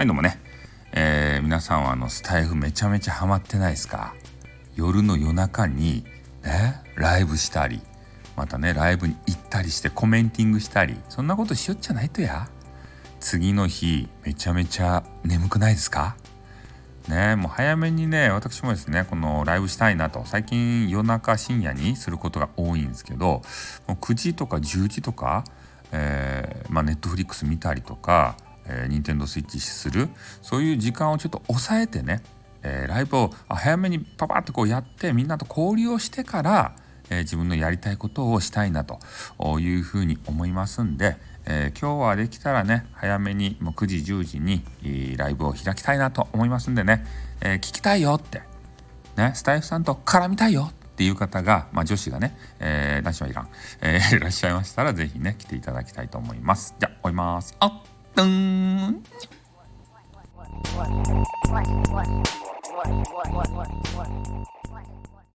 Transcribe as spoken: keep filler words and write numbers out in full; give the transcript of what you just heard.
はいどうもね、えー、皆さんはあのスタイフめちゃめちゃハマってないですか？夜の夜中にねライブしたり、またねライブに行ったりしてコメンティングしたり、そんなことしよっちゃないとや。次の日めちゃめちゃ眠くないですかね。もう早めにね、私もですねこのライブしたいなと、最近夜中深夜にすることが多いんですけど、もうくじとかじゅうじとか、えー、まあネットフリックス見たりとか、えー、ニンテンドースイッチする、そういう時間をちょっと抑えてね、えー、ライブを早めにパパッとこうやってみんなと交流をしてから、えー、自分のやりたいことをしたいなというふうに思いますんで、えー、今日はできたらね早めにもうくじじゅうじに、えー、ライブを開きたいなと思いますんでね、えー、聞きたいよってね、スタイフさんと絡みたいよっていう方が、まあ、女子がね、えー、男子はいらん、えー、いらっしゃいましたらぜひね来ていただきたいと思います。じゃあ終わります。あっどーん。What, what, what, what, what, what, what, what, what, what, what.